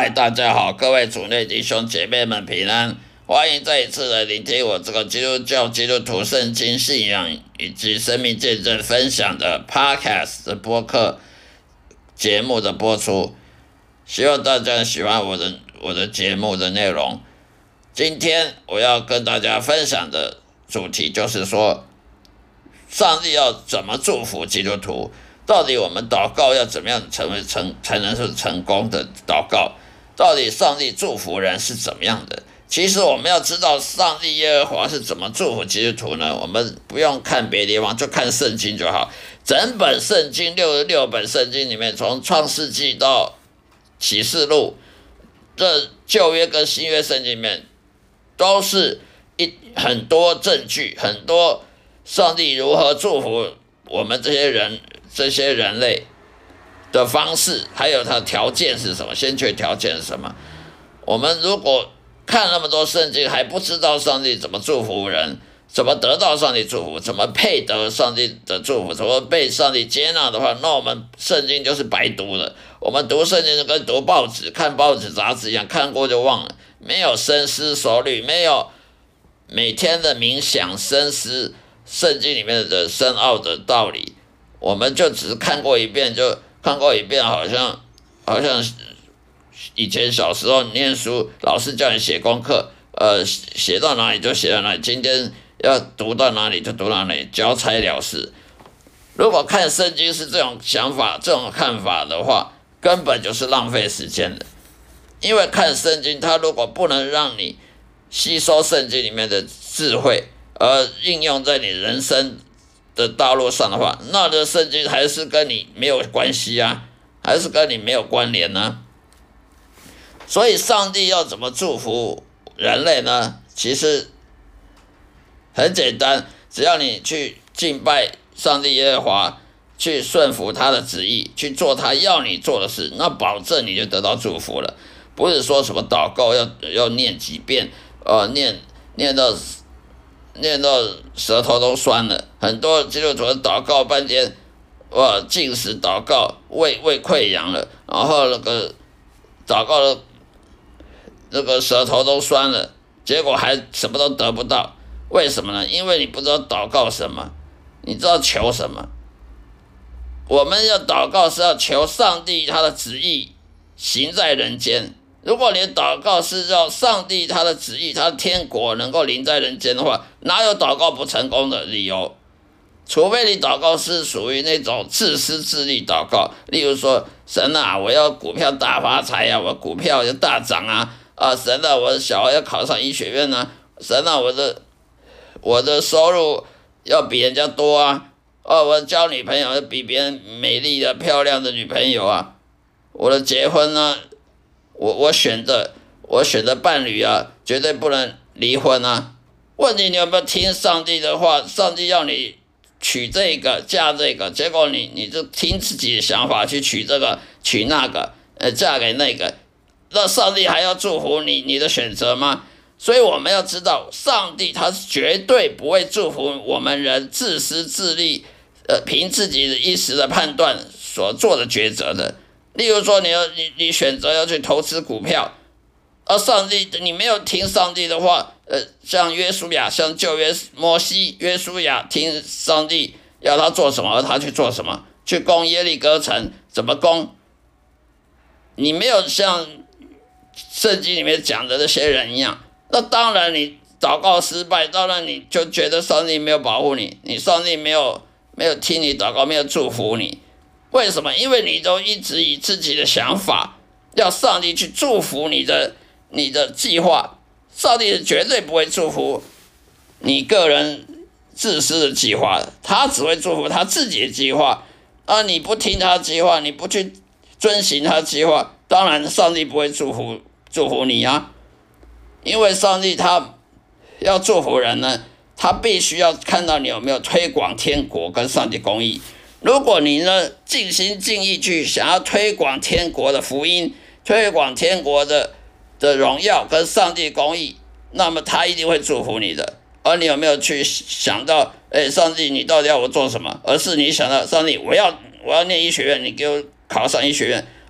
嗨，大家好，各位主内弟兄姐妹们平安，欢迎再一次来聆听我这个基督教基督徒圣经信仰以及生命见证分享的 Podcast 的播客节目的播出，希望大家喜欢我的节目的内容。今天我要跟大家分享的主题就是说，上帝要怎么祝福基督徒？到底我们祷告要怎么样才能是成功的祷告？到底上帝祝福人是怎么样的？其实我们要知道上帝耶和华是怎么祝福基督徒呢？我们不用看别的地方，就看圣经就好。整本圣经66本圣经里面，从创世纪到启示录，这旧约跟新约圣经里面都是很多证据，很多上帝如何祝福我们这些人类的方式，还有它的条件是什么，先决条件是什么。我们如果看那么多圣经还不知道上帝怎么祝福人，怎么得到上帝祝福，怎么配得上帝的祝福，怎么被上帝接纳的话，那我们圣经就是白读了。我们读圣经就跟读报纸看报纸杂志一样，看过就忘了，没有深思熟虑，没有每天的冥想深思圣经里面的深奥的道理，我们就只是看过一遍，好像以前小时候念书，老师叫你写功课，写到哪里就写到哪里，今天要读到哪里就读到哪里，交差了事。如果看圣经是这种想法、这种看法的话，根本就是浪费时间的。因为看圣经，它如果不能让你吸收圣经里面的智慧，而应用在你人生的道路上的话，那这圣经还是跟你没有关系啊，还是跟你没有关联啊。所以上帝要怎么祝福人类呢？其实很简单，只要你去敬拜上帝耶和华，去顺服他的旨意，去做他要你做的事，那保证你就得到祝福了。不是说什么祷告要念几遍，念到舌头都酸了。很多基督徒祷告半天，禁食祷告，胃溃疡了，然后祷告的舌头都酸了，结果还什么都得不到。为什么呢？因为你不知道祷告什么，你知道求什么。我们要祷告是要求上帝他的旨意行在人间。如果你的祷告是要上帝他的旨意，他的天国能够临在人间的话，哪有祷告不成功的理由？除非你祷告是属于那种自私自利祷告，例如说，神啊，我要股票大发财啊，我股票要大涨啊，神啊，我的小孩要考上医学院啊，神啊，我的收入要比人家多啊，我交女朋友要比别人美丽的漂亮的女朋友啊，我的结婚呢，我选的伴侣啊，绝对不能离婚啊。问题你有没有听上帝的话？上帝要你娶这个嫁这个，结果你就听自己的想法去娶这个娶那个，嫁给那个，那上帝还要祝福你的选择吗？所以我们要知道，上帝他是绝对不会祝福我们人自私自利，凭自己的一时的判断所做的抉择的。例如说，你选择要去投资股票，上帝你没有听上帝的话，像约书亚，像旧约摩西，约书亚听上帝要他做什么，而他去做什么，去攻耶利哥城，怎么攻？你没有像圣经里面讲的那些人一样，那当然你祷告失败，当然你就觉得上帝没有保护你，上帝没有听你祷告，没有祝福你。为什么？因为你都一直以自己的想法要上帝去祝福你的计划，上帝绝对不会祝福你个人自私的计划，他只会祝福他自己的计划。你不听他的计划，你不去遵行他的计划，当然上帝不会祝福你啊。因为上帝他要祝福人呢，他必须要看到你有没有推广天国跟上帝公义。如果你呢尽心尽意去想要推广天国的福音，推广天国的荣耀跟上帝公义，那么他一定会祝福你的。而你有没有去想到，上帝你到底要我做什么？而是你想到，上帝我要念医学院，你给我考上医学院，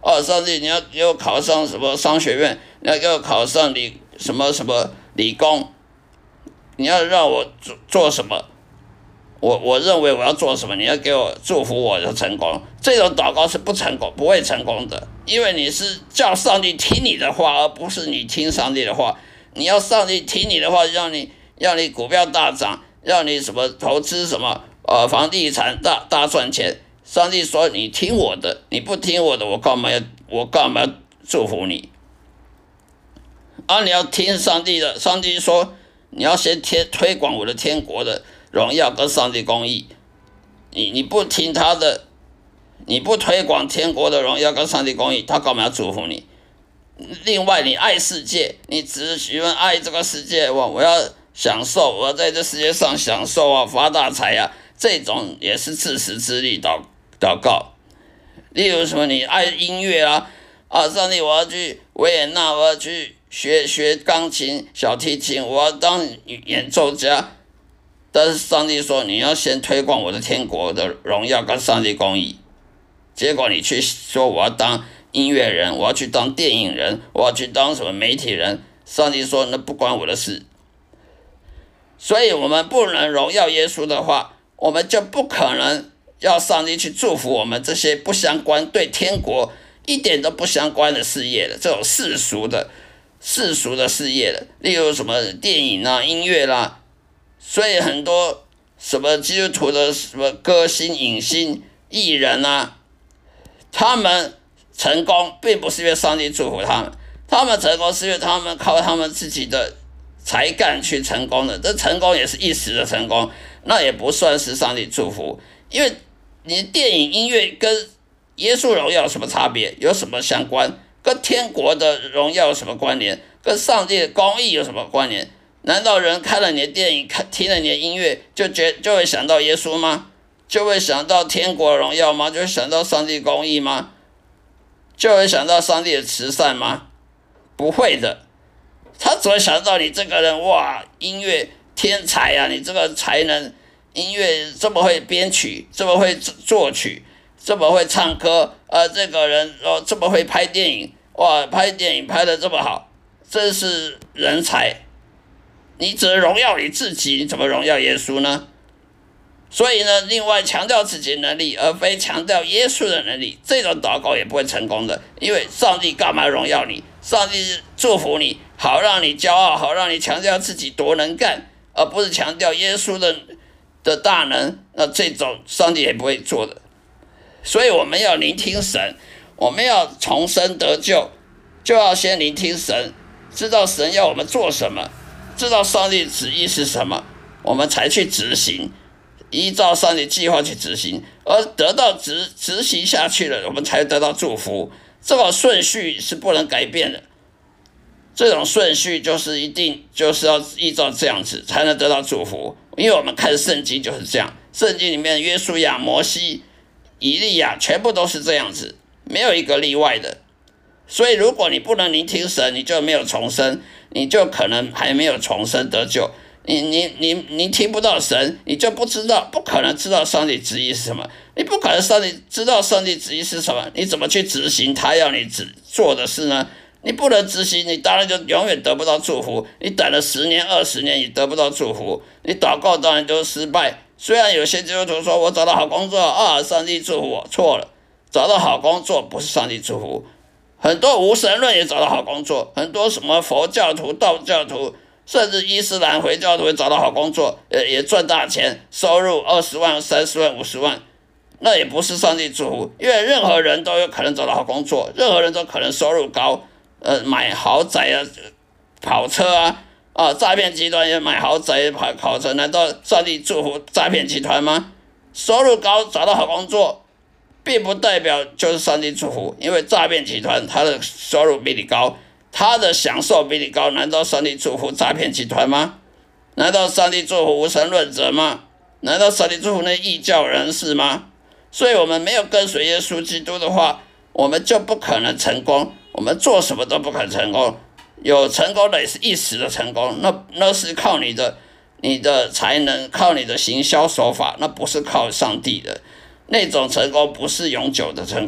上帝你要给我考上什么商学院，你要给我考上什么理工，你要让我做什么？我认为我要做什么，你要给我祝福我就成功。这种祷告是不会成功的，因为你是叫上帝听你的话，而不是你听上帝的话。你要上帝听你的话，让你股票大涨，让你什么投资什么房地产大赚钱。上帝说你听我的，你不听我的，我干嘛要祝福你？你要听上帝的。上帝说你要先推广我的天国的荣耀跟上帝公义。你不听他的，你不推广天国的荣耀跟上帝公义，他干嘛要祝福你？另外，你爱世界，你只喜欢爱这个世界，我要享受，我要在这世界上享受啊，发大财啊，这种也是自食之力祷告。例如什么，你爱音乐啊，上帝，我要去维也纳，我要去学钢琴、小提琴，我要当演奏家。但是上帝说你要先推广我的天国的荣耀跟上帝公义，结果你去说我要当音乐人，我要去当电影人，我要去当什么媒体人，上帝说那不关我的事。所以我们不能荣耀耶稣的话，我们就不可能要上帝去祝福我们这些不相关、对天国一点都不相关的事业的这种世俗的事业的，例如什么电影啊、音乐啦。所以很多什么基督徒的什么歌星、影星、艺人啊，他们成功并不是因为上帝祝福他们成功是因为他们靠他们自己的才干去成功的，这成功也是一时的成功，那也不算是上帝祝福。因为你电影、音乐跟耶稣荣耀有什么差别？有什么相关？跟天国的荣耀有什么关联？跟上帝的公义有什么关联？难道人看了你的电影，听了你的音乐，就会想到耶稣吗？就会想到天国荣耀吗？就会想到上帝公义吗？就会想到上帝的慈善吗？不会的，他只会想到你这个人，哇，音乐天才啊，你这个才能，音乐这么会编曲，这么会作曲，这么会唱歌，这个人这么会拍电影，哇，拍电影拍得这么好，真是人才。你只能荣耀你自己，你怎么荣耀耶稣呢？所以呢，另外强调自己的能力，而非强调耶稣的能力，这种祷告也不会成功的。因为上帝干嘛荣耀你？上帝祝福你，好让你骄傲，好让你强调自己多能干，而不是强调耶稣的大能。那这种上帝也不会做的。所以我们要聆听神，我们要重生得救，就要先聆听神，知道神要我们做什么。知道上帝旨意是什么，我们才去执行，依照上帝计划去执行，而得到执行下去了，我们才得到祝福。这个顺序是不能改变的，这种顺序一定就是要依照这样子才能得到祝福。因为我们看圣经就是这样，圣经里面约书亚、摩西、以利亚全部都是这样子，没有一个例外的。所以如果你不能聆听神，你就没有重生，你就可能还没有重生得救。你听不到神，你就不可能知道上帝旨意是什么。你不可能知道上帝旨意是什么，你怎么去执行他要你做的事呢？你不能执行，你当然就永远得不到祝福。你等了10年、20年，你得不到祝福，你祷告当然就失败。虽然有些基督徒说我找到好工作上帝祝福我，错了，找到好工作不是上帝祝福。很多无神论也找到好工作，很多什么佛教徒、道教徒，甚至伊斯兰回教徒也找到好工作，也赚大钱，收入20万、30万、50万，那也不是上帝祝福。因为任何人都有可能找到好工作，任何人都可能收入高，买豪宅啊、跑车啊，诈骗集团也买豪宅、跑车，难道上帝祝福诈骗集团吗？收入高，找到好工作，并不代表就是上帝祝福，因为诈骗集团他的收入比你高，他的享受比你高，难道上帝祝福诈骗集团吗？难道上帝祝福无神论者吗？难道上帝祝福那异教人士吗？所以我们没有跟随耶稣基督的话，我们就不可能成功，我们做什么都不可能成功。有成功的也是一时的成功，那是靠你的才能，靠你的行销手法，那不是靠上帝的。那种成功不是永久的成功，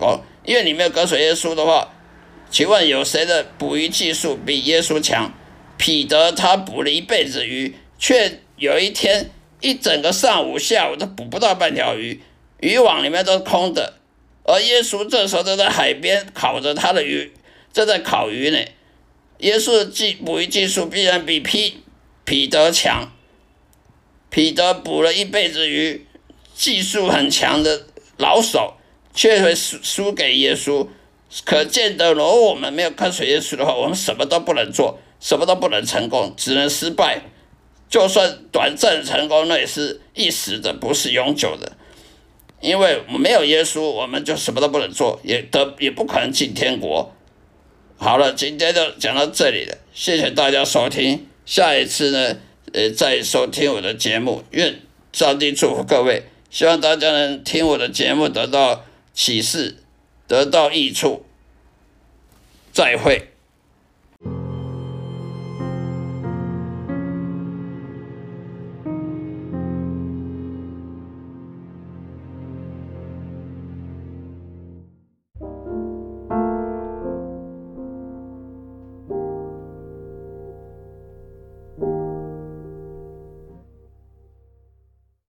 因为你没有跟随耶稣的话，请问有谁的捕鱼技术比耶稣强？彼得他捕了一辈子鱼，却有一天一整个上午下午都捕不到半条鱼，渔网里面都是空的。而耶稣这时候正在海边烤着他的鱼，正在烤鱼呢。耶稣的捕鱼技术必然比彼得强。彼得捕了一辈子鱼，技术很强的老手，却会输给耶稣。可见得，如果我们没有跟随耶稣的话，我们什么都不能做，什么都不能成功，只能失败。就算短暂成功，那也是一时的，不是永久的。因为没有耶稣，我们就什么都不能做，也不可能进天国。好了，今天就讲到这里了，谢谢大家收听。下一次呢，再收听我的节目。愿上帝祝福各位，希望大家能听我的节目得到启示，得到益处。再会。